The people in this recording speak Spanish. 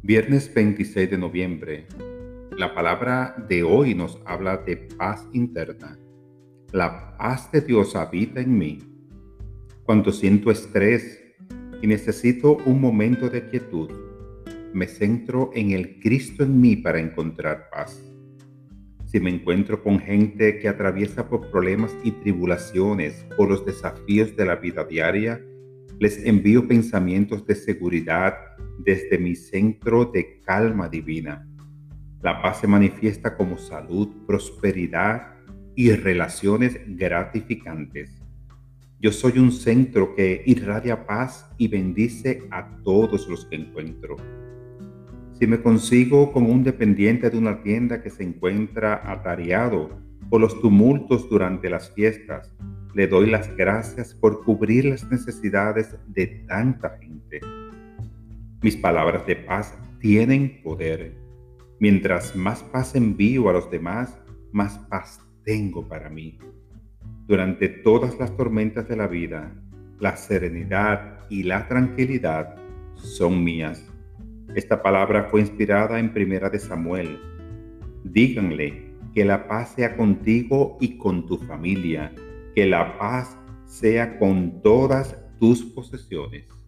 Viernes 26 de noviembre. La palabra de hoy nos habla de paz interna. La paz de Dios habita en mí. Cuando siento estrés y necesito un momento de quietud, me centro en el Cristo en mí para encontrar paz. Si me encuentro con gente que atraviesa por problemas y tribulaciones o los desafíos de la vida diaria, les envío pensamientos de seguridad desde mi centro de calma divina. La paz se manifiesta como salud, prosperidad y relaciones gratificantes. Yo soy un centro que irradia paz y bendice a todos los que encuentro. Si me consigo con un dependiente de una tienda que se encuentra atareado por los tumultos durante las fiestas, le doy las gracias por cubrir las necesidades de tanta gente. Mis palabras de paz tienen poder. Mientras más paz envío a los demás, más paz tengo para mí. Durante todas las tormentas de la vida, la serenidad y la tranquilidad son mías. Esta palabra fue inspirada en Primera de Samuel. Díganle que la paz sea contigo y con tu familia, que la paz sea con todas tus posesiones.